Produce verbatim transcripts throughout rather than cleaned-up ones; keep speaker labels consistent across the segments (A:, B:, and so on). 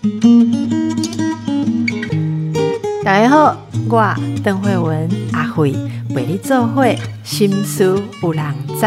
A: 大家好，我邓惠文阿惠陪你做伙心思有人知。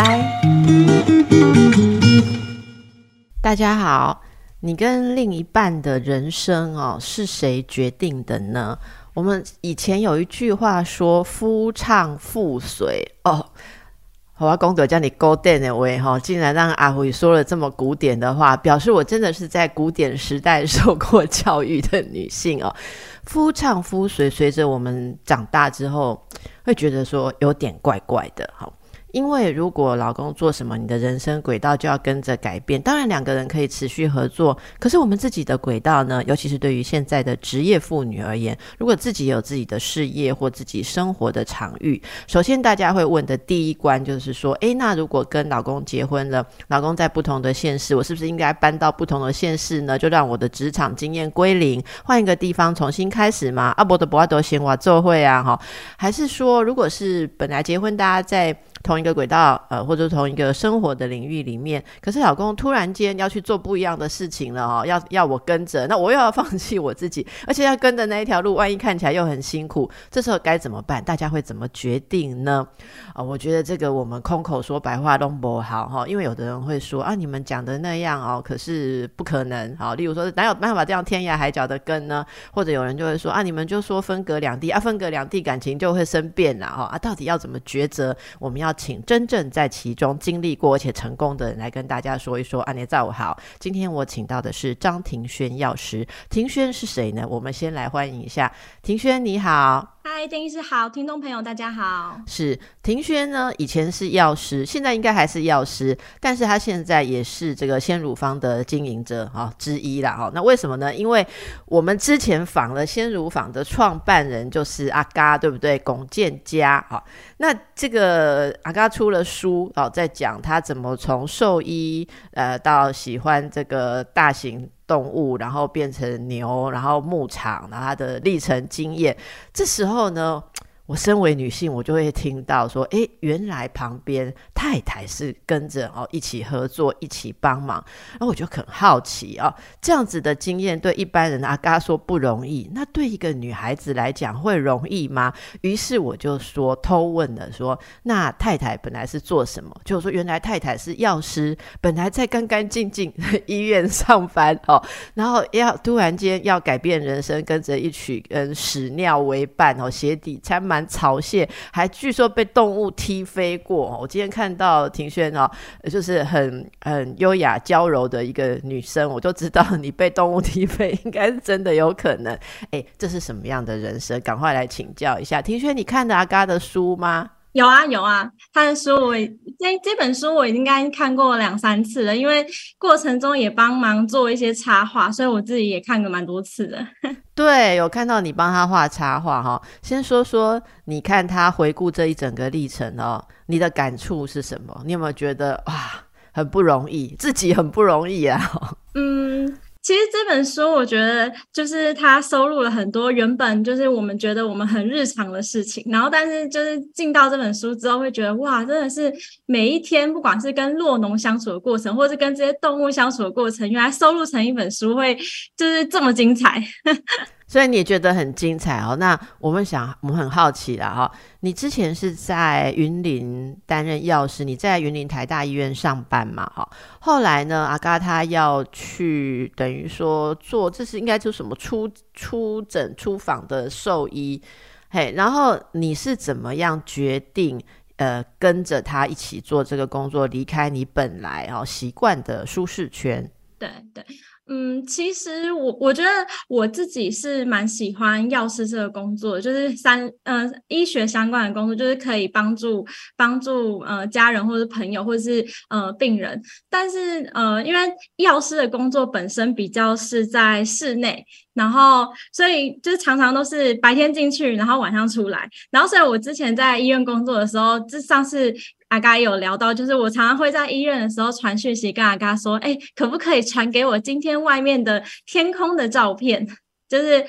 A: 大家好，你跟另一半的人生哦，是谁决定的呢？我们以前有一句话说夫唱妇随哦，我要讲到这么古典的话，竟然让阿辉说了这么古典的话，表示我真的是在古典时代受过教育的女性哦。夫唱妇随，随着我们长大之后会觉得说有点怪怪的，因为如果老公做什么，你的人生轨道就要跟着改变。当然两个人可以持续合作，可是我们自己的轨道呢，尤其是对于现在的职业妇女而言，如果自己有自己的事业或自己生活的场域，首先大家会问的第一关就是说，诶，那如果跟老公结婚了，老公在不同的县市，我是不是应该搬到不同的县市呢？就让我的职场经验归零，换一个地方重新开始吗？啊，不的不要都先我做会啊，还是说如果是本来结婚大家在同一个轨道呃，或者同一个生活的领域里面，可是老公突然间要去做不一样的事情了哦，要要我跟着，那我又要放弃我自己，而且要跟的那一条路万一看起来又很辛苦，这时候该怎么办？大家会怎么决定呢？呃、我觉得这个我们空口说白话都不好哈，因为有的人会说啊，你们讲的那样哦，可是不可能好，例如说哪有办法这样天涯海角的跟呢？或者有人就会说啊，你们就说分隔两地啊，分隔两地感情就会生变啦哈啊，到底要怎么抉择？我们要请真正在其中经历过而且成功的人来跟大家说一说。安妮早好，今天我请到的是张庭轩药师。庭轩是谁呢？我们先来欢迎一下庭轩，你好。
B: 嗨，丁医师好，听众朋友大家好。
A: 是庭轩呢，以前是药师，现在应该还是药师，但是他现在也是这个鲜乳坊的经营者、哦、之一啦、哦、那为什么呢？因为我们之前访了鲜乳坊的创办人就是阿嘎，对不对？龚建嘉、哦、那这个阿嘎出了书、哦、在讲他怎么从兽医呃到喜欢这个大型动物，然后变成牛，然后牧场，然后他的历程经验。这时候呢，我身为女性，我就会听到说，诶，原来旁边太太是跟着、哦、一起合作，一起帮忙。然后我就很好奇哦，这样子的经验对一般人阿嘎说不容易，那对一个女孩子来讲会容易吗？于是我就说偷问了说，那太太本来是做什么？就说原来太太是药师，本来在干干净净的医院上班、哦、然后要突然间要改变人生，跟着一群跟屎尿为伴、哦、鞋底沾满草屑，还据说被动物踢飞过。我今天看到庭轩、哦、就是很很优雅娇柔的一个女生，我就知道你被动物踢飞应该是真的有可能。哎，这是什么样的人生？赶快来请教一下庭轩，你看的阿嘎的书吗？
B: 有啊有啊，他的书我这这本书我应该看过两三次了，因为过程中也帮忙做一些插画，所以我自己也看过蛮多次的。
A: 对，有看到你帮他画插画、哦、先说说你看他回顾这一整个历程、哦、你的感触是什么？你有没有觉得哇很不容易，自己很不容易啊？
B: 嗯，其实这本书我觉得就是它收录了很多原本就是我们觉得我们很日常的事情，然后但是就是进到这本书之后会觉得哇，真的是每一天不管是跟酪农相处的过程，或是跟这些动物相处的过程，原来收录成一本书会就是这么精彩。
A: 所以你也觉得很精彩哦。那我们想我们很好奇啦、哦、你之前是在云林担任药师，你在云林台大医院上班嘛、哦、后来呢阿嘎他要去等于说做，这是应该就什么出出诊出访的兽医，嘿，然后你是怎么样决定呃跟着他一起做这个工作，离开你本来哦习惯的舒适圈？
B: 对对，嗯，其实我我觉得我自己是蛮喜欢药师这个工作的，就是三呃医学相关的工作，就是可以帮助帮助呃家人或者朋友或者是呃病人，但是呃因为药师的工作本身比较是在室内，然后所以就是常常都是白天进去，然后晚上出来，然后所以我之前在医院工作的时候，这上次阿嘎有聊到，就是我常常会在医院的时候传讯息跟阿嘎说，哎，可不可以传给我今天外面的天空的照片？就是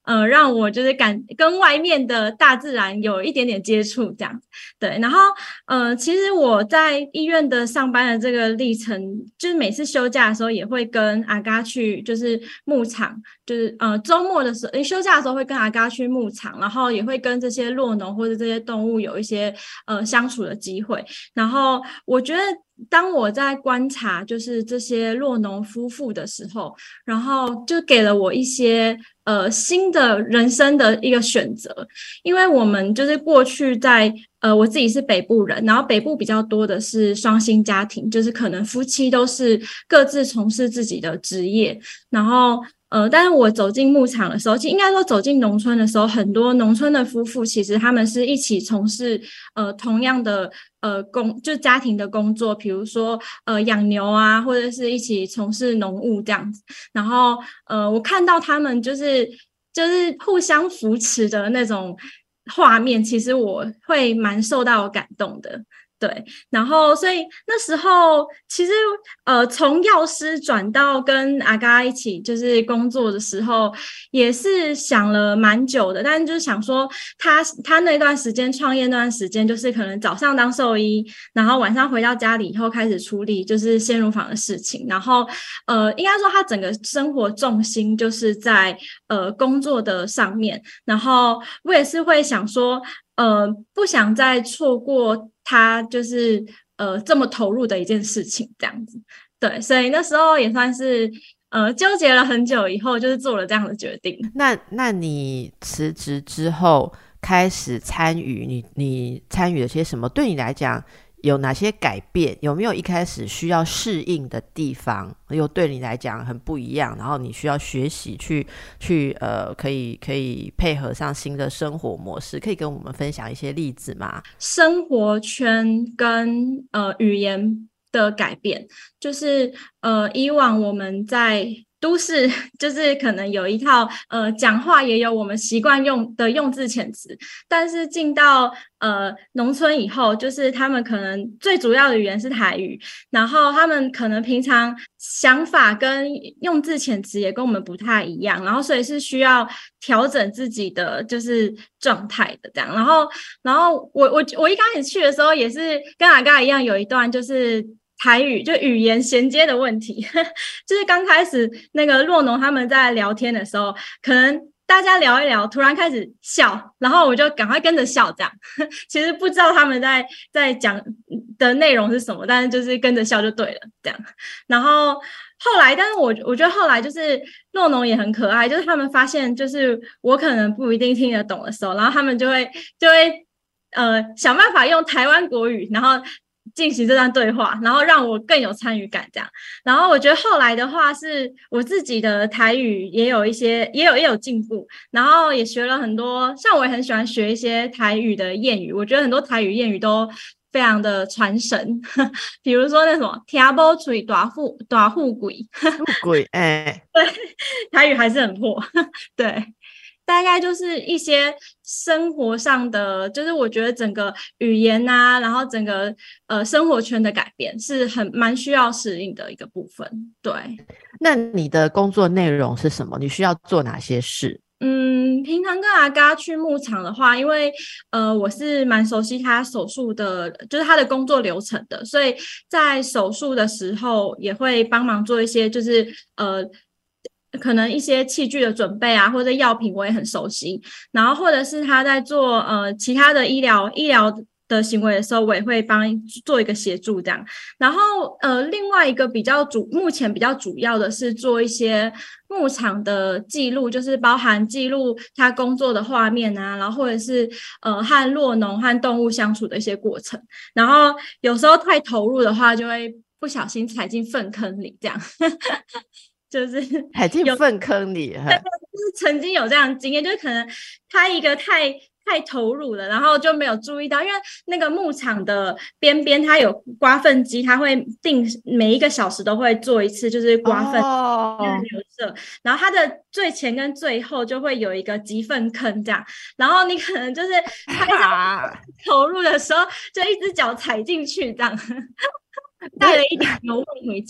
B: 呃让我就是感跟外面的大自然有一点点接触这样。对，然后呃其实我在医院的上班的这个历程，就是每次休假的时候也会跟阿嘎去就是牧场，就是呃周末的时候休假的时候会跟阿嘎去牧场，然后也会跟这些酪农或者这些动物有一些呃相处的机会。然后我觉得当我在观察就是这些酪农夫妇的时候，然后就给了我一些呃新的人生的一个选择。因为我们就是过去在呃我自己是北部人，然后北部比较多的是双薪家庭，就是可能夫妻都是各自从事自己的职业，然后呃，但是我走进牧场的时候，其实应该说走进农村的时候，很多农村的夫妇其实他们是一起从事呃同样的呃工，就家庭的工作，比如说呃养牛啊，或者是一起从事农务这样子。然后呃，我看到他们就是就是互相扶持的那种画面，其实我会蛮受到感动的。对，然后所以那时候其实呃从药师转到跟阿嘎一起就是工作的时候，也是想了蛮久的，但是就是想说他他那段时间创业那段时间，就是可能早上当兽医，然后晚上回到家里以后开始处理就是鲜乳坊的事情，然后呃应该说他整个生活重心就是在呃工作的上面，然后我也是会想说呃不想再错过他就是呃这么投入的一件事情这样子。对，所以那时候也算是呃纠结了很久以后，就是做了这样的决定。
A: 那那你辞职之后开始参与，你你参与了些什么？对你来讲有哪些改变？有没有一开始需要适应的地方？又对你来讲很不一样，然后你需要学习去去呃，可以可以配合上新的生活模式，可以跟我们分享一些例子吗？
B: 生活圈跟呃语言的改变，就是呃以往我们在都市就是可能有一套呃讲话也有我们习惯用的用字遣词，但是进到呃农村以后，就是他们可能最主要的语言是台语，然后他们可能平常想法跟用字遣词也跟我们不太一样，然后所以是需要调整自己的就是状态的这样。然后然后我我我一开始去的时候也是跟阿嘎一样，有一段就是台语就语言衔接的问题就是刚开始那个洛农他们在聊天的时候，可能大家聊一聊突然开始笑，然后我就赶快跟着笑这样其实不知道他们在在讲的内容是什么，但是就是跟着笑就对了这样。然后后来但是我我觉得后来就是洛农也很可爱，就是他们发现就是我可能不一定听得懂的时候，然后他们就会就会呃想办法用台湾国语，然后进行这段对话，然后让我更有参与感这样。然后我觉得后来的话是我自己的台语也有一些也有也有进步，然后也学了很多，像我也很喜欢学一些台语的谚语，我觉得很多台语谚语都非常的传神比如说那什么听不嘴大富大富贵
A: 富贵哎，
B: 对，台语还是很破对，大概就是一些生活上的，就是我觉得整个语言啊，然后整个呃生活圈的改变是很蛮需要适应的一个部分。对，
A: 那你的工作内容是什么？你需要做哪些事？
B: 嗯，平常跟阿嘎去牧场的话，因为呃我是蛮熟悉他手术的，就是他的工作流程的，所以在手术的时候也会帮忙做一些，就是呃。可能一些器具的准备啊，或者药品我也很熟悉，然后或者是他在做呃其他的医疗医疗的行为的时候，我也会帮做一个协助这样。然后呃另外一个比较主目前比较主要的是做一些牧场的记录，就是包含记录他工作的画面啊，然后或者是呃和酪农和动物相处的一些过程。然后有时候太投入的话，就会不小心踩进粪坑里这样就是
A: 踩进粪坑里
B: 就是曾经有这样的经验，就是可能他一个太太投入了，然后就没有注意到，因为那个牧场的边边它有刮粪机，它会定每一个小时都会做一次，就是刮粪流射、哦、然后它的最前跟最后就会有一个集粪坑这样，然后你可能就是拍照投入的时候就一只脚踩进去这样带了一点油味回家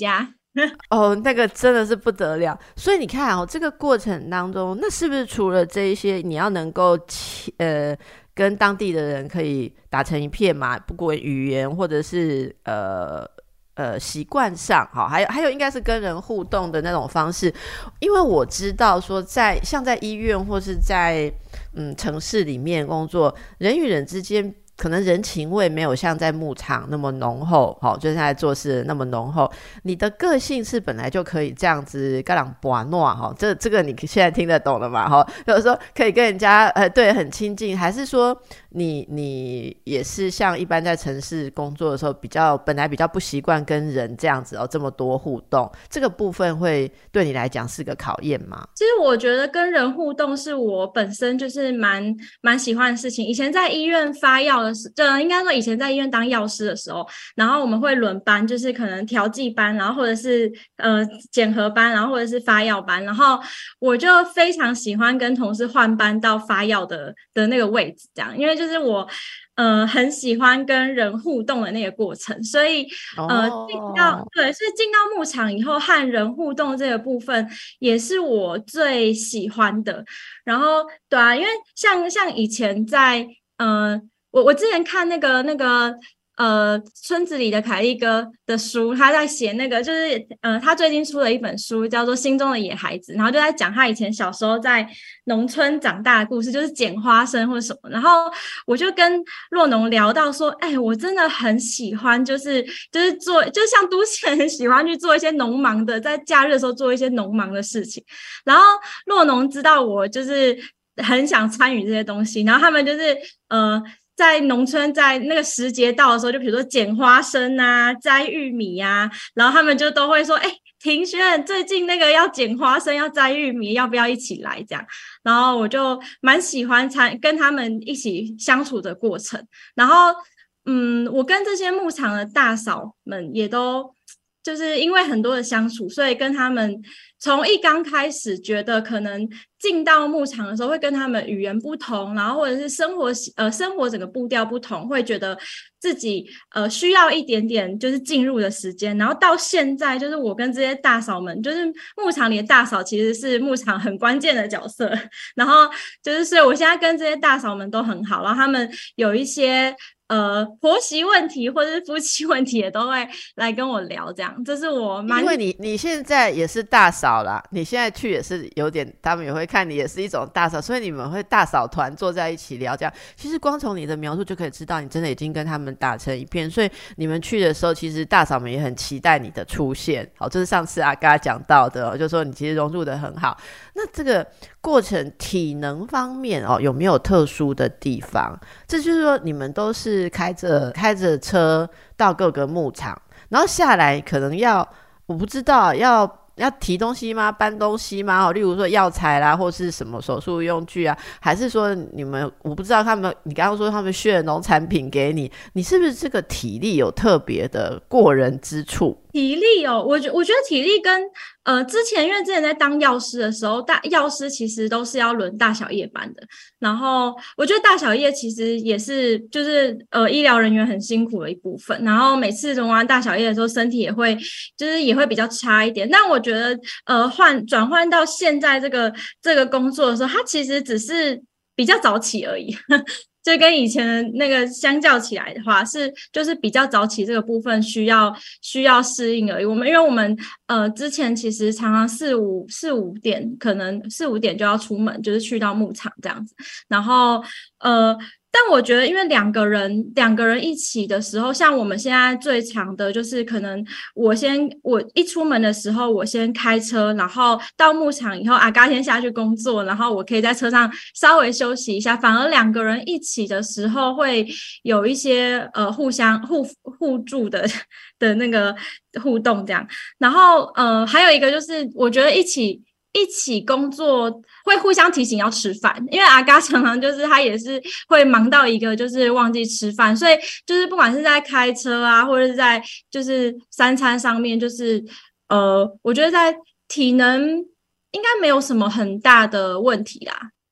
A: 哦，那个真的是不得了。所以你看哦，这个过程当中，那是不是除了这一些，你要能够呃跟当地的人可以打成一片嘛？不管语言或者是呃呃习惯上，好，还有还有应该是跟人互动的那种方式。因为我知道说在，像在医院或是在嗯城市里面工作，人与人之间可能人情味没有像在牧场那么浓厚，哦，就是在做事那么浓厚。你的个性是本来就可以这样子跟人博诺，哦，这这个你现在听得懂了吗？哦，就是说可以跟人家呃对很亲近，还是说你你也是像一般在城市工作的时候，比较本来比较不习惯跟人这样子哦这么多互动，这个部分会对你来讲是个考验吗？
B: 其实我觉得跟人互动是我本身就是蛮蛮喜欢的事情。以前在医院发药的时候，应该说以前在医院当药师的时候，然后我们会轮班，就是可能调剂班，然后或者是呃检核班，然后或者是发药班，然后我就非常喜欢跟同事换班到发药的的那个位置，这样，因为就是我。呃，很喜欢跟人互动的那个过程，所以呃，进到
A: 哦，
B: 对，所以进到牧场以后和人互动这个部分也是我最喜欢的。然后，对啊，因为像像以前在呃，我我之前看那个那个呃村子里的凯利哥的书，他在写那个就是呃，他最近出了一本书叫做《心中的野孩子》，然后就在讲他以前小时候在农村长大的故事，就是捡花生或者什么。然后我就跟洛农聊到说，哎，我真的很喜欢，就是就是做，就像都市人很喜欢去做一些农忙的，在假日的时候做一些农忙的事情。然后洛农知道我就是很想参与这些东西，然后他们就是呃。在农村，在那个时节到的时候，就比如说捡花生啊、摘玉米啊，然后他们就都会说：“哎、欸，庭轩，最近那个要捡花生、要摘玉米，要不要一起来？”这样，然后我就蛮喜欢参跟他们一起相处的过程。然后，嗯，我跟这些牧场的大嫂们也都就是因为很多的相处，所以跟他们从一刚开始觉得可能进到牧场的时候会跟他们语言不同，然后或者是生活呃生活整个步调不同，会觉得自己呃需要一点点就是进入的时间。然后到现在，就是我跟这些大嫂们，就是牧场里的大嫂其实是牧场很关键的角色。然后就是所以我现在跟这些大嫂们都很好，然后他们有一些。呃，婆媳问题或者是夫妻问题也都会来跟我聊，这样，这是我蛮
A: 因为你你现在也是大嫂啦，你现在去也是有点，他们也会看你也是一种大嫂，所以你们会大嫂团坐在一起聊这样。其实光从你的描述就可以知道，你真的已经跟他们打成一片，所以你们去的时候，其实大嫂们也很期待你的出现。好，这是上次阿嘎讲到的，哦，就是说你其实融入的很好。那这个过程体能方面哦，有没有特殊的地方？这就是说你们都是开着开着车到各个牧场。然后下来可能要，我不知道要要提东西吗？搬东西吗？哦，例如说药材啦，或是什么手术用具啊，还是说你们，我不知道他们，你刚刚说他们血农产品给你，你是不是这个体力有特别的过人之处？
B: 体力哦，我觉我觉得体力跟呃之前，因为之前在当药师的时候，大药师其实都是要轮大小夜班的。然后我觉得大小夜其实也是就是呃医疗人员很辛苦的一部分。然后每次轮完大小夜的时候，身体也会就是也会比较差一点。但我觉得呃换转换到现在这个这个工作的时候，它其实只是比较早起而已。就跟以前的那个相较起来的话，是就是比较早起这个部分需要需要适应而已。我们因为我们呃之前其实常常四五四五点，可能四五点就要出门，就是去到牧场这样子。然后呃。但我觉得，因为两个人两个人一起的时候，像我们现在最长的就是可能我先我一出门的时候，我先开车，然后到牧场以后，阿嘎先下去工作，然后我可以在车上稍微休息一下。反而两个人一起的时候，会有一些呃互相互互助的的那个互动这样。然后呃还有一个就是，我觉得一起。一起工作会互相提醒要吃饭，因为阿嘎常常就是他也是会忙到一个就是忘记吃饭，所以就是不管是在开车啊，或者是在就是三餐上面，就是呃，我觉得在体能应该没有什么很大的问题啦。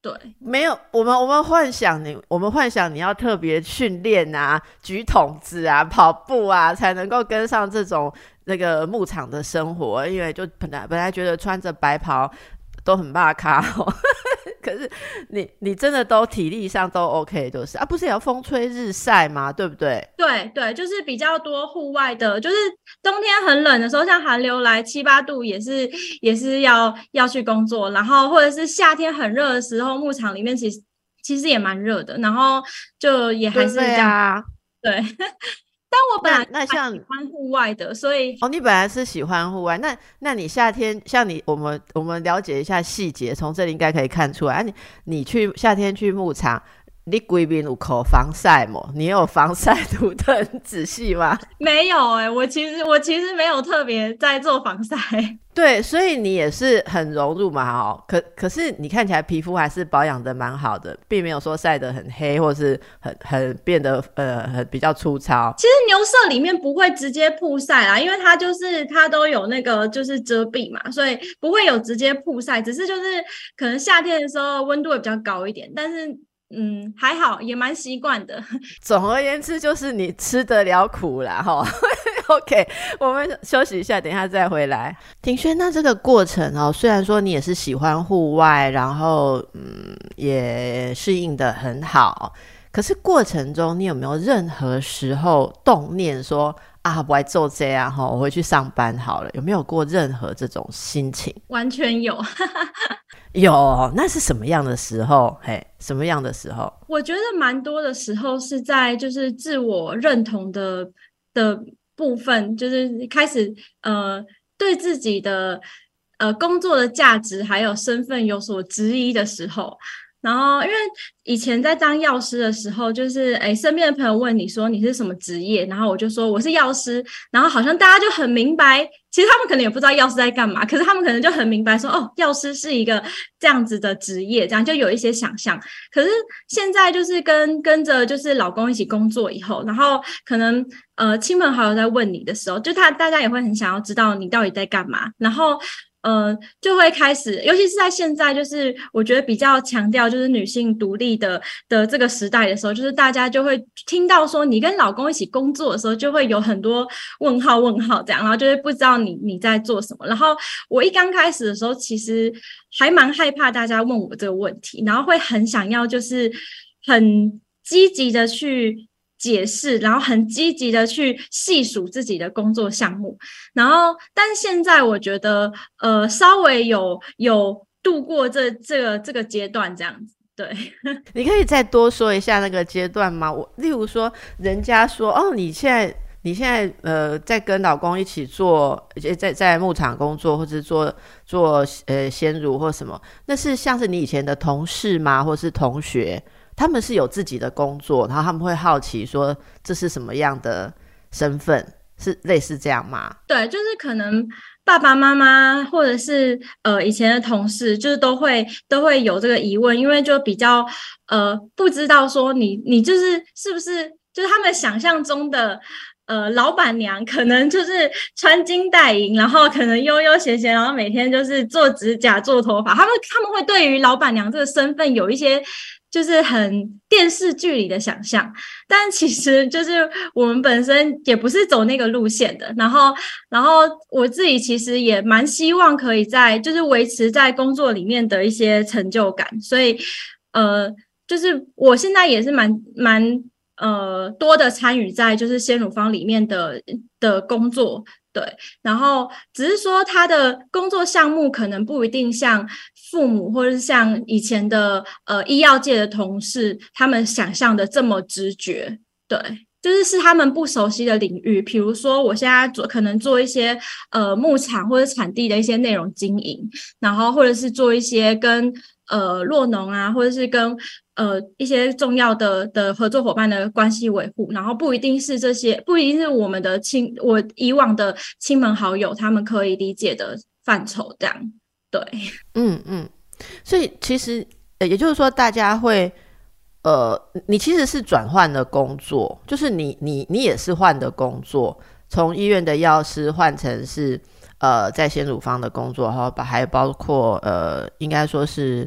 B: 对，
A: 没有，我们我们幻想你，我们幻想你要特别训练啊，举筒子啊，跑步啊，才能够跟上这种那个牧场的生活。因为就本来本来觉得穿着白袍都很怕卡哦，可是你你真的都体力上都 OK， 就是啊，不是也要风吹日晒吗？对不对？
B: 对对，就是比较多户外的，就是冬天很冷的时候，像寒流来七八度也是也是要要去工作，然后或者是夏天很热的时候，牧场里面其实其实也蛮热的，然后就也还是这样，
A: 啊，
B: 对。但我本来
A: 那那像
B: 喜欢户外的，所以
A: 哦，你本来是喜欢户外，那那你夏天像你，我们我们了解一下细节，从这里应该可以看出来。啊、你你去夏天去牧场，你规边有口防晒吗？你有防晒涂的很仔细吗？
B: 没有哎、欸，我其实我其实没有特别在做防晒。
A: 对，所以你也是很融入嘛，哦，可可是你看起来皮肤还是保养的蛮好的，并没有说晒得很黑，或是很很变得呃很比较粗糙。
B: 其实牛舍里面不会直接曝晒啦，因为它就是它都有那个就是遮蔽嘛，所以不会有直接曝晒，只是就是可能夏天的时候温度会比较高一点，但是嗯还好，也蛮习惯的。
A: 总而言之，就是你吃得了苦啦，齁。OK， 我们休息一下，等一下再回来。庭轩，那这个过程哦，虽然说你也是喜欢户外，然后嗯也适应得很好，可是过程中你有没有任何时候动念说啊，不爱做这样齁，我回去上班好了？有没有过任何这种心情？
B: 完全有。
A: 有，那是什么样的时候？嘿，什么样的时候？
B: 我觉得蛮多的时候是在就是自我认同的的部分，就是开始呃对自己的呃工作的价值还有身份有所质疑的时候。然后因为以前在当药师的时候，就是诶身边的朋友问你说你是什么职业，然后我就说我是药师，然后好像大家就很明白，其实他们可能也不知道药师在干嘛，可是他们可能就很明白说哦，药师是一个这样子的职业，这样就有一些想象。可是现在就是跟跟着就是老公一起工作以后，然后可能呃亲朋好友在问你的时候，就他大家也会很想要知道你到底在干嘛，然后呃，就会开始，尤其是在现在，就是我觉得比较强调就是女性独立的的这个时代的时候，就是大家就会听到说你跟老公一起工作的时候，就会有很多问号问号这样，然后就会不知道你你在做什么。然后我一刚开始的时候，其实还蛮害怕大家问我这个问题，然后会很想要就是很积极的去解释，然后很积极的去细数自己的工作项目，然后但是现在我觉得呃稍微有有度过这这个这个阶段这样子。对，
A: 你可以再多说一下那个阶段吗？我例如说人家说哦你现在你现在呃在跟老公一起做在在牧场工作，或者做做呃鲜乳或什么，那是像是你以前的同事吗？或是同学？他们是有自己的工作，然后他们会好奇说这是什么样的身份，是类似这样吗？
B: 对，就是可能爸爸妈妈或者是呃以前的同事，就是都会都会有这个疑问，因为就比较呃不知道说你你就是是不是就是他们想象中的呃老板娘，可能就是穿金戴银，然后可能悠悠闲闲，然后每天就是做指甲做头发，他们他们会对于老板娘这个身份有一些就是很电视剧里的想象，但其实就是我们本身也不是走那个路线的。然后，然后我自己其实也蛮希望可以在就是维持在工作里面的一些成就感，所以呃，就是我现在也是蛮蛮呃多的参与在就是鲜乳坊里面的的工作。对，然后只是说他的工作项目可能不一定像父母或者是像以前的呃医药界的同事他们想象的这么直觉。对，就是是他们不熟悉的领域，比如说我现在做可能做一些呃牧场或者产地的一些内容经营，然后或者是做一些跟呃酪农啊，或者是跟呃一些重要的的合作伙伴的关系维护，然后不一定是这些，不一定是我们的亲我以往的亲朋好友他们可以理解的范畴这样。对，
A: 嗯嗯，所以其实也就是说大家会呃你其实是转换的工作，就是你你你也是换的工作，从医院的药师换成是呃在鲜乳坊的工作，然后还包括呃应该说是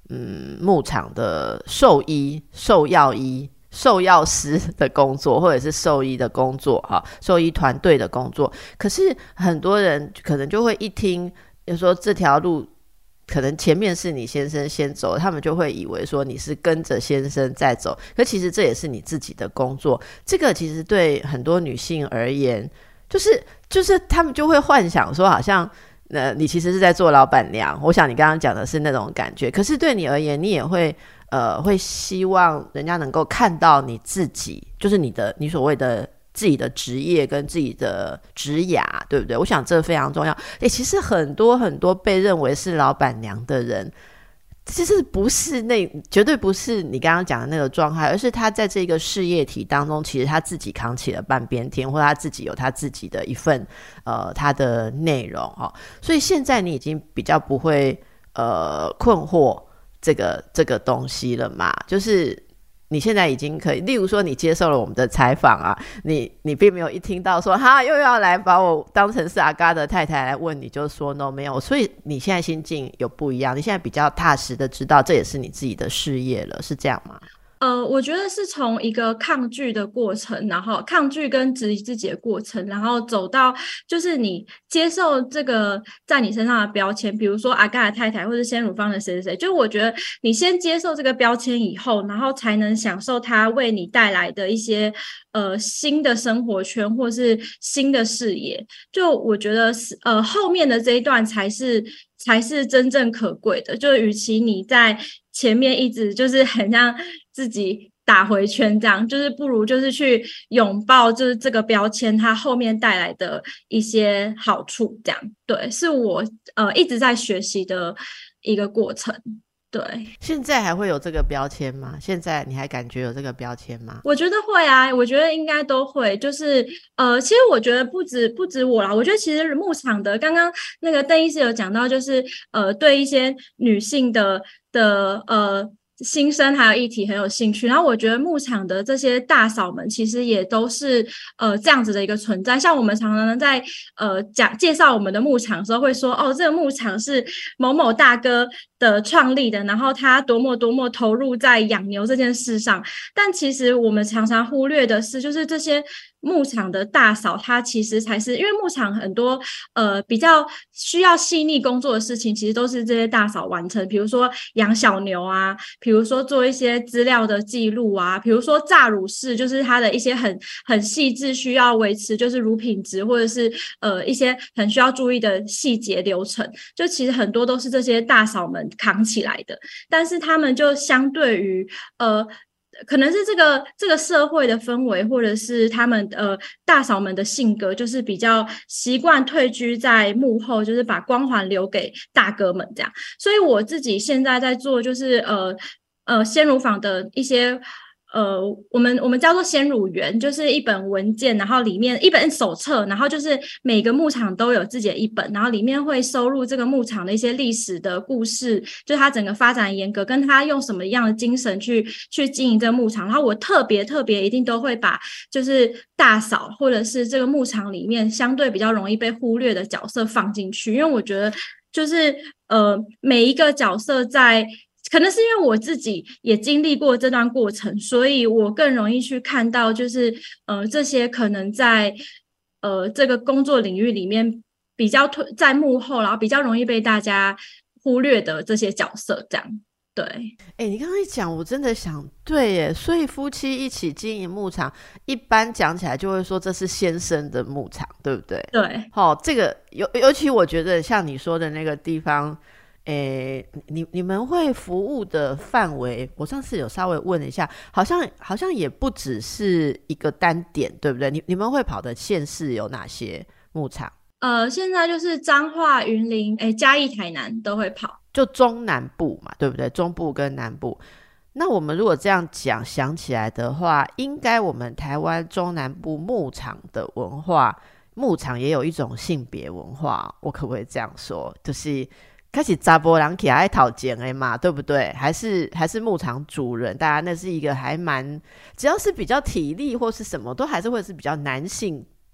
A: 嗯牧场的兽医、兽药医、兽药师的工作，或者是兽医的工作哈，兽医团队的工作。可是很多人可能就会一听就说这条路可能前面是你先生先走，他们就会以为说你是跟着先生在走，可其实这也是你自己的工作。这个其实对很多女性而言，就是就是他们就会幻想说好像呃，你其实是在做老板娘，我想你刚刚讲的是那种感觉。可是对你而言，你也会呃，会希望人家能够看到你自己，就是你的你所谓的自己的职业跟自己的职涯，对不对？我想这非常重要。诶，其实很多很多被认为是老板娘的人，其实不是那绝对不是你刚刚讲的那个状态，而是他在这个事业体当中，其实他自己扛起了半边天，或者他自己有他自己的一份呃他的内容哦。所以现在你已经比较不会呃困惑这个这个东西了嘛，就是你现在已经可以，例如说你接受了我们的采访啊，你你并没有一听到说哈又要来把我当成是阿嘎的太太来问你就说 no 没有，所以你现在心境有不一样，你现在比较踏实的知道这也是你自己的事业了，是这样吗？
B: 呃，我觉得是从一个抗拒的过程，然后抗拒跟质疑自己的过程，然后走到就是你接受这个在你身上的标签，比如说阿嘎的太太或是鲜乳坊的谁谁谁，就我觉得你先接受这个标签以后，然后才能享受它为你带来的一些呃新的生活圈或是新的视野。就我觉得是呃后面的这一段才是才是真正可贵的，就与其你在前面一直就是很像自己打回圈这样，就是不如就是去拥抱就是这个标签它后面带来的一些好处这样。对，是我呃一直在学习的一个过程。对，
A: 现在还会有这个标签吗？现在你还感觉有这个标签吗？
B: 我觉得会啊，我觉得应该都会。就是呃，其实我觉得不止不止我啦，我觉得其实牧场的刚刚那个邓医师有讲到，就是呃，对一些女性的的呃新生还有议题很有兴趣。然后我觉得牧场的这些大嫂们其实也都是呃这样子的一个存在。像我们常常在呃讲介绍我们的牧场的时候会说，哦，这个牧场是某某大哥的创立的，然后他多么多么投入在养牛这件事上。但其实我们常常忽略的是，就是这些牧场的大嫂，她其实才是因为牧场很多呃比较需要细腻工作的事情，其实都是这些大嫂完成。比如说养小牛啊，比如说做一些资料的记录啊，比如说榨乳室，就是它的一些很很细致需要维持，就是乳品质或者是呃一些很需要注意的细节流程，就其实很多都是这些大嫂们扛起来的。但是他们就相对于呃可能是这个这个社会的氛围，或者是他们呃大嫂们的性格，就是比较习惯退居在幕后，就是把光环留给大哥们这样。所以我自己现在在做就是呃呃鲜乳坊的一些呃，我们我们叫做鲜乳园，就是一本文件，然后里面一本手册，然后就是每个牧场都有自己的一本，然后里面会收录这个牧场的一些历史的故事，就是它整个发展严格，跟它用什么样的精神去去经营这个牧场。然后我特别特别一定都会把就是大嫂或者是这个牧场里面相对比较容易被忽略的角色放进去，因为我觉得就是呃每一个角色在。可能是因为我自己也经历过这段过程，所以我更容易去看到，就是呃这些可能在呃这个工作领域里面比较在幕后，然后比较容易被大家忽略的这些角色，这样对。
A: 哎、欸，你刚刚一讲，我真的想对耶，所以夫妻一起经营牧场，一般讲起来就会说这是先生的牧场，对不对？
B: 对。
A: 好、哦，这个尤尤其我觉得像你说的那个地方。诶，你你们会服务的范围，我上次有稍微问了一下，好像好像也不只是一个单点，对不对？你你们会跑的县市有哪些牧场？
B: 呃，现在就是彰化、云林、诶嘉义、台南都会跑，
A: 就中南部嘛，对不对？中部跟南部。那我们如果这样讲想起来的话，应该我们台湾中南部牧场的文化，牧场也有一种性别文化，我可不可以这样说？就是开始查甫人起来讨钱的嘛，对不对？还是还是牧场主人，大家那是一个还蛮，只要是比较体力或是什么，都还是会是比较男性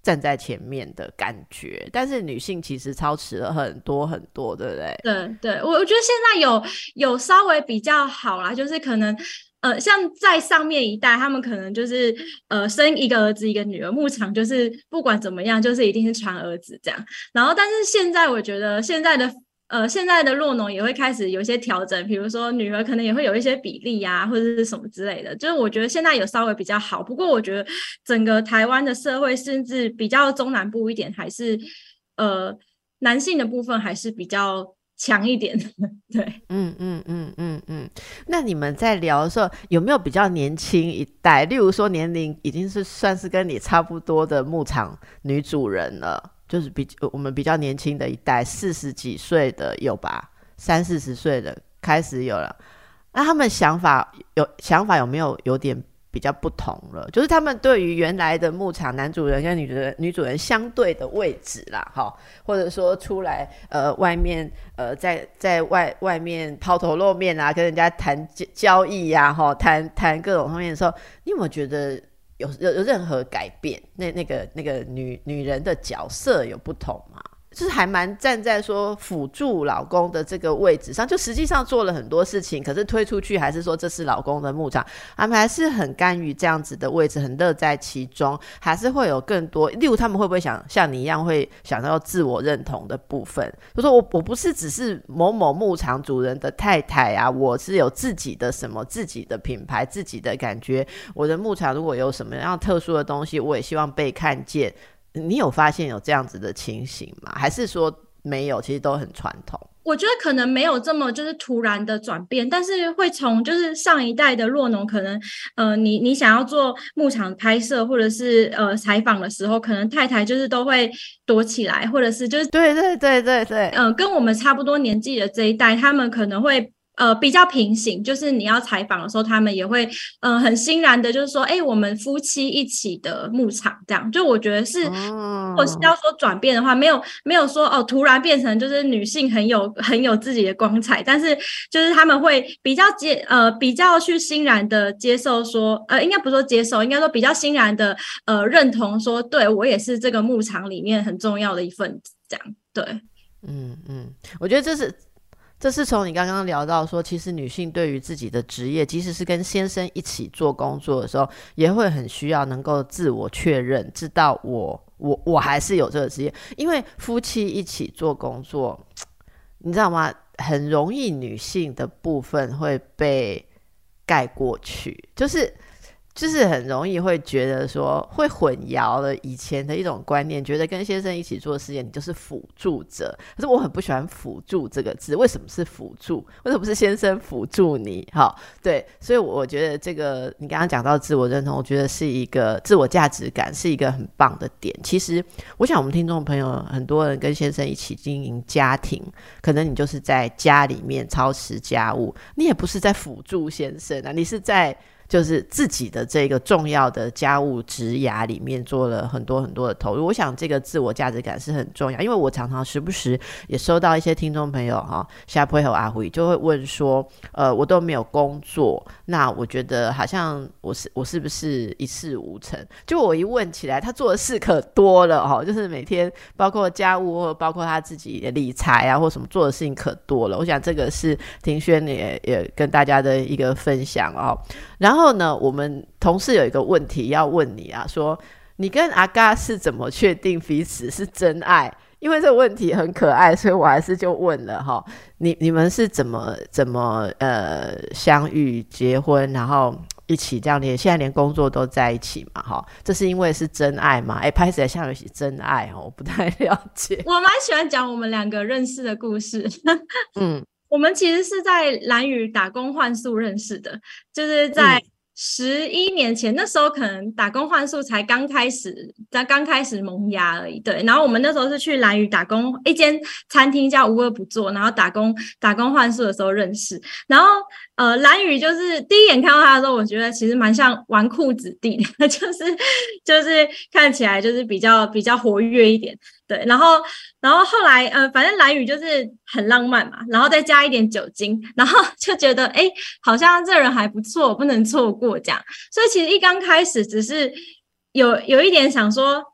A: 站在前面的感觉，但是女性其实超持了很多很多，对不对？
B: 对对，我我觉得现在有有稍微比较好啦，就是可能呃，像在上面一代，他们可能就是呃生一个儿子一个女儿，牧场就是不管怎么样，就是一定是传儿子这样。然后，但是现在我觉得现在的呃现在的酪农也会开始有一些调整，比如说女儿可能也会有一些比例啊，或者是什么之类的。就是我觉得现在有稍微比较好，不过我觉得整个台湾的社会，甚至比较中南部一点，还是呃男性的部分还是比较强一点。对，
A: 嗯嗯嗯嗯嗯。那你们在聊的时候，有没有比较年轻一代，例如说年龄已经是算是跟你差不多的牧场女主人了，就是比我们比较年轻的一代，四十几岁的有吧，三四十岁的开始有了。那他们想法有想法有没有有点比较不同了？就是他们对于原来的牧场男主人跟女主人女主人相对的位置啦，齁，或者说出来呃外面呃在在外外面抛头露面啊，跟人家谈交易啊，齁，谈谈各种方面的时候，你有没有觉得有有有任何改变？那那个那个女女人的角色有不同吗？就是还蛮站在说辅助老公的这个位置上，就实际上做了很多事情，可是推出去还是说这是老公的牧场，他们还是很甘于这样子的位置，很乐在其中，还是会有更多，例如他们会不会想像你一样会想到自我认同的部分，就说我我不是只是某某牧场主人的太太啊，我是有自己的什么自己的品牌，自己的感觉，我的牧场如果有什么样特殊的东西，我也希望被看见。你有发现有这样子的情形吗？还是说没有，其实都很传统？
B: 我觉得可能没有这么就是突然的转变，但是会从就是上一代的酪农，可能呃你你想要做牧场拍摄或者是呃采访的时候，可能太太就是都会躲起来，或者是就是
A: 对对对对对，
B: 嗯、呃，跟我们差不多年纪的这一代，他们可能会。呃，比较平行，就是你要采访的时候，他们也会，嗯、呃，很欣然的，就是说，哎、欸，我们夫妻一起的牧场，这样，就我觉得是，如果是要说转变的话，没有没有说哦，突然变成就是女性很有很有自己的光彩，但是就是他们会比较接，呃，比较去欣然的接受说，呃，应该不说接受，应该说比较欣然的，呃，认同说，对我也是这个牧场里面很重要的一份子，这样，对，
A: 嗯嗯，我觉得这是。这是从你刚刚聊到说，其实女性对于自己的职业，即使是跟先生一起做工作的时候，也会很需要能够自我确认，知道我我我还是有这个职业。因为夫妻一起做工作，你知道吗？很容易女性的部分会被盖过去，就是就是很容易会觉得说会混淆了以前的一种观念，觉得跟先生一起做事业你就是辅助者，可是我很不喜欢辅助这个字，为什么是辅助？为什么不是先生辅助你？好，对，所以我觉得这个你刚刚讲到自我认同，我觉得是一个自我价值感，是一个很棒的点。其实我想我们听众朋友很多人跟先生一起经营家庭，可能你就是在家里面操持家务，你也不是在辅助先生啊，你是在就是自己的这个重要的家务职涯里面做了很多很多的投入。我想这个自我价值感是很重要，因为我常常时不时也收到一些听众朋友哈，夏佩和阿辉就会问说，呃，我都没有工作，那我觉得好像我是我是不是一事无成？就我一问起来，他做的事可多了哈，就是每天包括家务或包括他自己的理财啊或什么做的事情可多了。我想这个是庭轩也也跟大家的一个分享哦。然后呢，我们同事有一个问题要问你啊，说你跟阿嘎是怎么确定彼此是真爱？因为这个问题很可爱，所以我还是就问了哈。你你们是怎么怎么呃相遇、结婚，然后一起这样连现在连工作都在一起嘛？哈，这是因为是真爱吗？哎，拍起来像有些真爱哦，我不太了解。
B: 我蛮喜欢讲我们两个认识的故事。
A: 嗯。
B: 我们其实是在兰屿打工换宿认识的，就是在十一年前，嗯、那时候可能打工换宿才刚开始，才刚开始萌芽而已。对，然后我们那时候是去兰屿打工，一间餐厅叫无恶不作，然后打工打工换宿的时候认识。然后呃，兰屿就是第一眼看到他的时候，我觉得其实蛮像纨绔子弟的，就是就是看起来就是比较比较活跃一点。对，然后，然后后来，呃，反正兰屿就是很浪漫嘛，然后再加一点酒精，然后就觉得，哎，好像这人还不错，不能错过这样。所以其实一刚开始只是有有一点想说，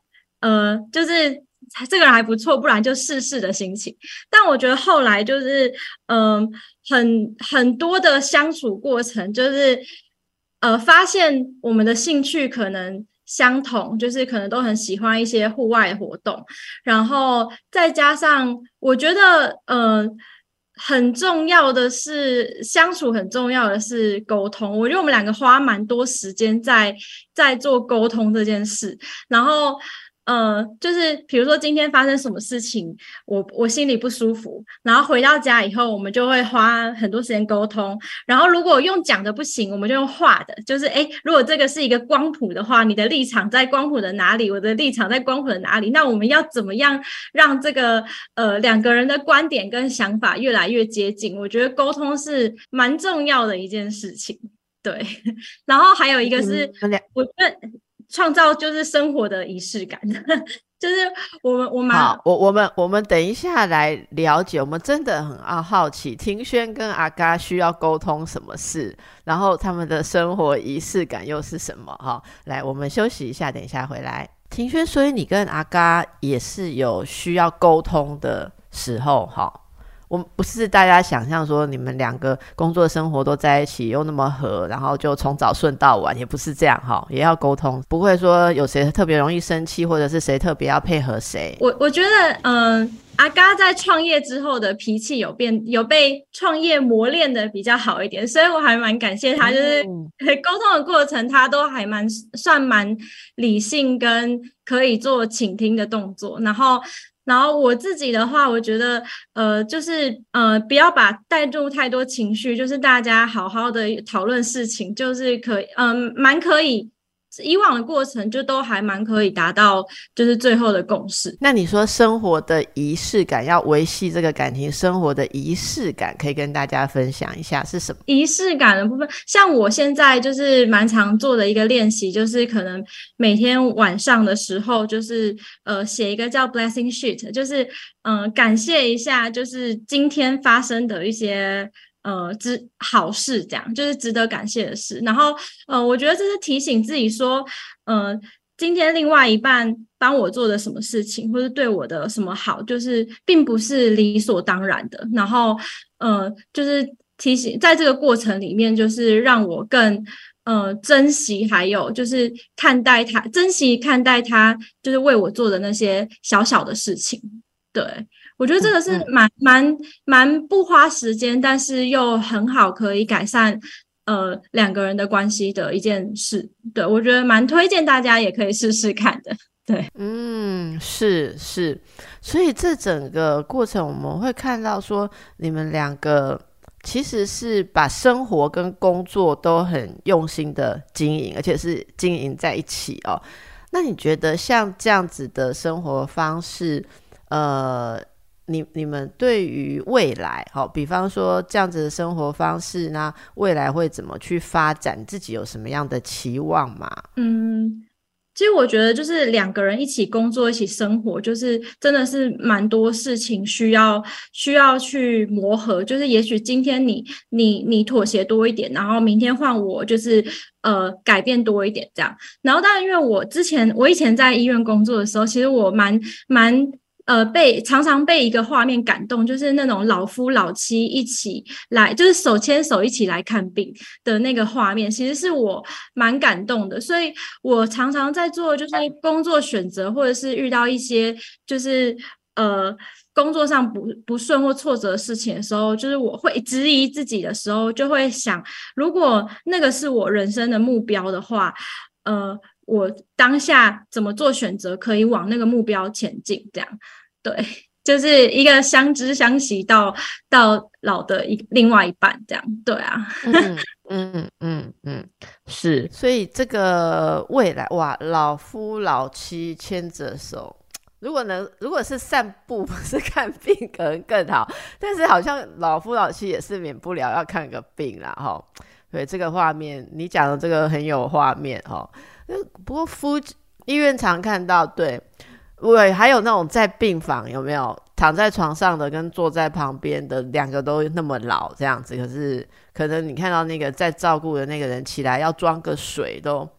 B: 呃，就是这个人还不错，不然就试试的心情。但我觉得后来就是，嗯、呃，很很多的相处过程，就是呃，发现我们的兴趣可能相同，就是可能都很喜欢一些户外活动，然后再加上我觉得，呃。很重要的是相处，很重要的是沟通。我觉得我们两个花蛮多时间在在做沟通这件事，然后呃，就是比如说今天发生什么事情，我我心里不舒服，然后回到家以后，我们就会花很多时间沟通。然后如果用讲的不行，我们就用画的，就是诶，如果这个是一个光谱的话，你的立场在光谱的哪里，我的立场在光谱的哪里，那我们要怎么样让这个呃两个人的观点跟想法越来越接近？我觉得沟通是蛮重要的一件事情。对，然后还有一个是，嗯、我觉得创造就是生活的仪式感，就是我们我们
A: 好，我我们我们等一下来了解，我们真的很好奇，庭轩跟阿嘎需要沟通什么事，然后他们的生活仪式感又是什么？哈，来，我们休息一下，等一下回来。庭轩，所以你跟阿嘎也是有需要沟通的时候，哈。我们不是大家想象说你们两个工作生活都在一起又那么合，然后就从早顺到晚，也不是这样哈，也要沟通，不会说有谁特别容易生气，或者是谁特别要配合谁。
B: 我我觉得嗯、呃，阿嘎在创业之后的脾气有变，有被创业磨练的比较好一点，所以我还蛮感谢他，就是沟通的过程他都还蛮算蛮理性跟可以做倾听的动作，然后然后我自己的话，我觉得呃，就是呃，不要把带入太多情绪，就是大家好好的讨论事情，就是可以，嗯、呃，蛮可以。以往的过程就都还蛮可以达到，就是最后的共识。
A: 那你说生活的仪式感，要维系这个感情生活的仪式感，可以跟大家分享一下是什么？
B: 仪式感的部分，像我现在就是蛮常做的一个练习，就是可能每天晚上的时候，就是呃写一个叫 blessing sheet， 就是嗯、呃、感谢一下，就是今天发生的一些。呃，值好事这样，就是值得感谢的事。然后，呃，我觉得这是提醒自己说，呃，今天另外一半帮我做的什么事情，或是对我的什么好，就是并不是理所当然的。然后，呃，就是提醒，在这个过程里面，就是让我更呃珍惜，还有就是看待他，珍惜看待他，就是为我做的那些小小的事情。对。我觉得这个是蛮蛮蛮不花时间，但是又很好可以改善呃两个人的关系的一件事。对，我觉得蛮推荐大家也可以试试看的。对，
A: 嗯，是是，所以这整个过程我们会看到说，你们两个其实是把生活跟工作都很用心的经营，而且是经营在一起哦。那你觉得像这样子的生活方式，呃？你你们对于未来，好，比方说这样子的生活方式呢，未来会怎么去发展？自己有什么样的期望吗？
B: 嗯，其实我觉得就是两个人一起工作、一起生活，就是真的是蛮多事情需要需要去磨合。就是也许今天你你你妥协多一点，然后明天换我，就是呃改变多一点这样。然后当然，因为我之前我以前在医院工作的时候，其实我蛮蛮。呃，被常常被一个画面感动，就是那种老夫老妻一起来，就是手牵手一起来看病的那个画面，其实是我蛮感动的。所以我常常在做就是工作选择，或者是遇到一些就是呃工作上不不顺或挫折的事情的时候，就是我会质疑自己的时候，就会想，如果那个是我人生的目标的话，呃。我当下怎么做选择可以往那个目标前进，这样对，就是一个相知相惜到到老的一另外一半，这样对啊，
A: 嗯嗯嗯嗯，是，所以这个未来哇，老夫老妻牵着手，如果能如果是散步不是看病可能更好，但是好像老夫老妻也是免不了要看个病啦齁。对，这个画面你讲的这个很有画面齁。不过夫医院常看到，对，对，还有那种在病房有没有躺在床上的跟坐在旁边的两个都那么老这样子，可是可能你看到那个在照顾的那个人起来要装个水都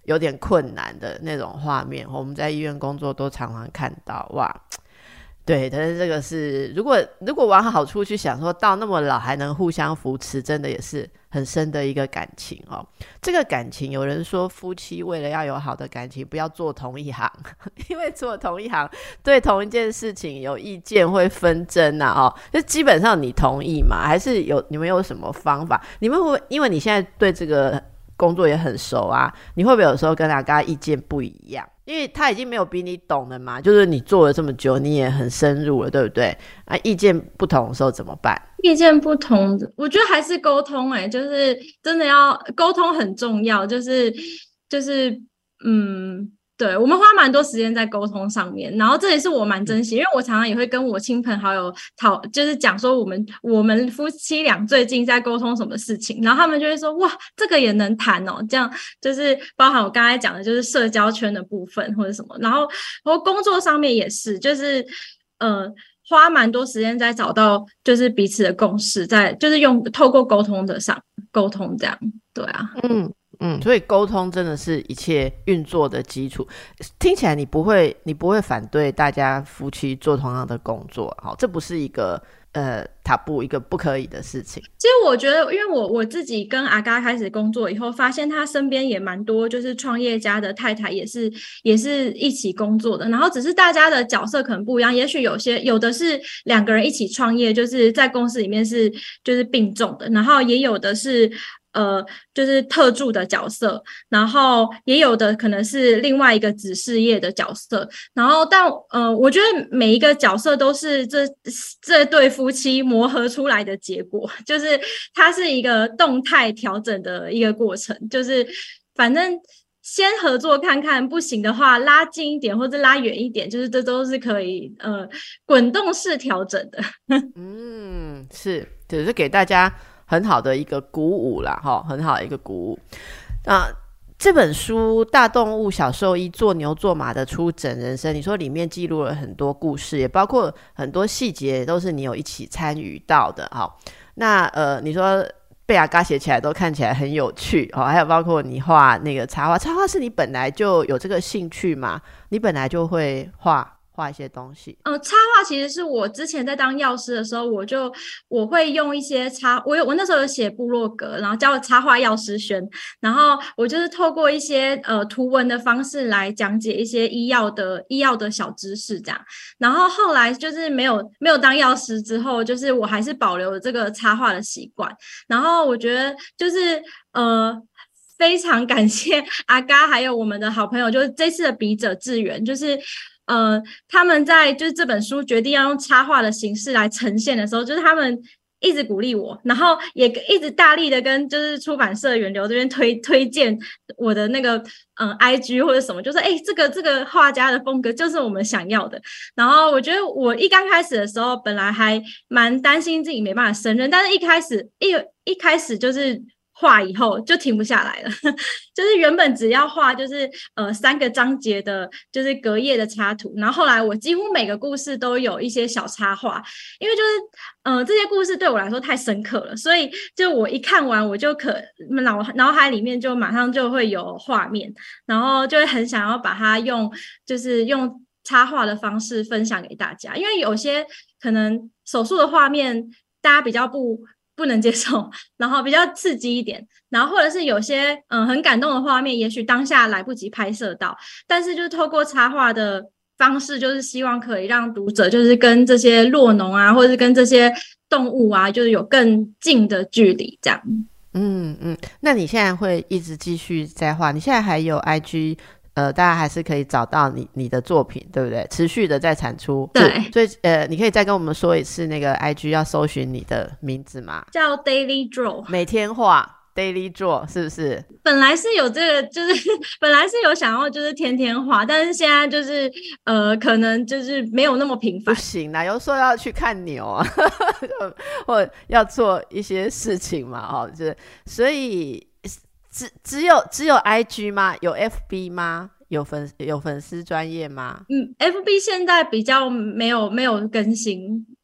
A: 有点困难的那种画面，我们在医院工作都常常看到。哇，对，但是这个是如果如果往好处去想，说到那么老还能互相扶持，真的也是很深的一个感情哦。这个感情，有人说夫妻为了要有好的感情，不要做同一行，因为做同一行对同一件事情有意见会纷争啊。哦，就基本上你同意吗？还是有你们有什么方法？你们会因为你现在对这个工作也很熟啊，你会不会有时候跟阿嘎意见不一样？因为他已经没有比你懂了嘛，就是你做了这么久，你也很深入了，对不对啊？意见不同的时候怎么办？
B: 意见不同的，我觉得还是沟通，哎，就是真的要沟通很重要，就是就是嗯。对，我们花蛮多时间在沟通上面，然后这也是我蛮珍惜，因为我常常也会跟我亲朋好友讨，就是讲说我们我们夫妻俩最近在沟通什么事情，然后他们就会说哇，这个也能谈哦，这样就是包含我刚才讲的，就是社交圈的部分或者什么，然后然后工作上面也是，就是呃花蛮多时间在找到就是彼此的共识，在就是用透过沟通的上沟通这样，对啊，
A: 嗯。嗯，所以沟通真的是一切运作的基础。听起来你不会，你不会反对大家夫妻做同样的工作，好，这不是一个呃塔布一个不可以的事情。
B: 其实我觉得，因为我我自己跟阿嘎开始工作以后，发现他身边也蛮多就是创业家的太太，也是也是一起工作的。然后只是大家的角色可能不一样，也许有些有的是两个人一起创业，就是在公司里面是就是并重的，然后也有的是。呃，就是特助的角色，然后也有的可能是另外一个子事业的角色，然后但呃，我觉得每一个角色都是这这对夫妻磨合出来的结果，就是它是一个动态调整的一个过程，就是反正先合作看看，不行的话拉近一点或者拉远一点，就是这都是可以呃滚动式调整的。
A: 嗯，是，只是给大家。很好的一个鼓舞啦，很好的一个鼓舞。那这本书《大动物小兽医做牛做马的出诊人生》，你说里面记录了很多故事，也包括很多细节都是你有一起参与到的。好，那呃，你说被阿嘎写起来都看起来很有趣，哦，还有包括你画那个插画，插画是你本来就有这个兴趣吗？你本来就会画？画一些东西，
B: 呃，插画其实是我之前在当药师的时候，我就我会用一些插，我有我那时候有写部落格，然后叫插画药师轩，然后我就是透过一些呃图文的方式来讲解一些医药的医药的小知识这样，然后后来就是没有没有当药师之后，就是我还是保留了这个插画的习惯，然后我觉得就是呃。非常感谢阿嘎还有我们的好朋友，就是这次的笔者志远，就是呃他们在就是这本书决定要用插画的形式来呈现的时候，就是他们一直鼓励我，然后也一直大力的跟就是出版社源流这边推推荐我的那个嗯 I G 或者什么，就说哎、欸、这个这个画家的风格就是我们想要的。然后我觉得我一刚开始的时候，本来还蛮担心自己没办法胜任，但是一开始一一开始就是画以后就停不下来了，就是原本只要画就是呃三个章节的，就是隔页的插图，然后后来我几乎每个故事都有一些小插画，因为就是呃这些故事对我来说太深刻了，所以就我一看完我就可脑脑海里面就马上就会有画面，然后就会很想要把它用就是用插画的方式分享给大家，因为有些可能手术的画面大家比较不不能接受，然后比较刺激一点，然后或者是有些嗯很感动的画面，也许当下来不及拍摄到，但是就是透过插画的方式，就是希望可以让读者就是跟这些酪农啊，或者是跟这些动物啊，就是有更近的距离这样。
A: 嗯嗯，那你现在会一直继续在画？你现在还有 I G？呃，大家还是可以找到你你的作品，对不对？持续的在产出。
B: 对，
A: 所以呃，你可以再跟我们说一次那个 I G 要搜寻你的名字吗？
B: 叫 Daily Draw，
A: 每天画 Daily Draw 是不是？
B: 本来是有这个，就是本来是有想要就是天天画，但是现在就是呃，可能就是没有那么频繁。
A: 不行啦，有时候要去看牛啊，或要做一些事情嘛，哦，就是所以。只只有只有 I G 吗？有 F B 吗？有粉有粉丝专页吗？
B: 嗯 ，F B 现在比较没有没有更新，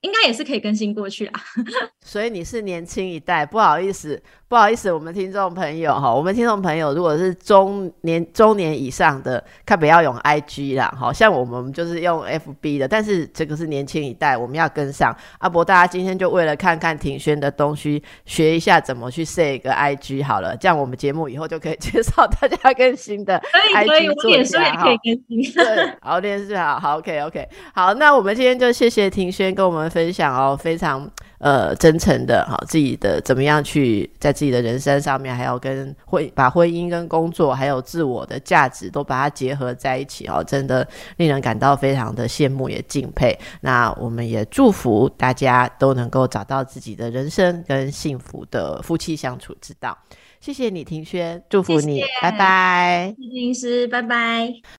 B: 应该也是可以更新过去啦。
A: 所以你是年轻一代，不好意思，不好意思，我们听众朋友哈，我们听众朋友如果是中年中年以上的，看不要用 I G 啦，好像我们就是用 F B 的，但是这个是年轻一代，我们要跟上。阿伯，大家今天就为了看看庭轩的东西，学一下怎么去设一个 I G 好了，这样我们节目以后就可以介绍大家更新的 I G 作家。可以，可以，我脸书也可以更新。对，好，脸书好，好 ，OK OK， 好，那我们今天就谢谢庭轩跟我们分享哦，非常呃真诚的好自己的怎么样去在自己的人生上面，还有跟婚把婚姻跟工作还有自我的价值都把它结合在一起哦，真的令人感到非常的羡慕也敬佩。那我们也祝福大家都能够找到自己的人生跟幸福的夫妻相处之道。谢谢你庭轩，祝福你，谢谢，拜拜。
B: 律师，拜拜。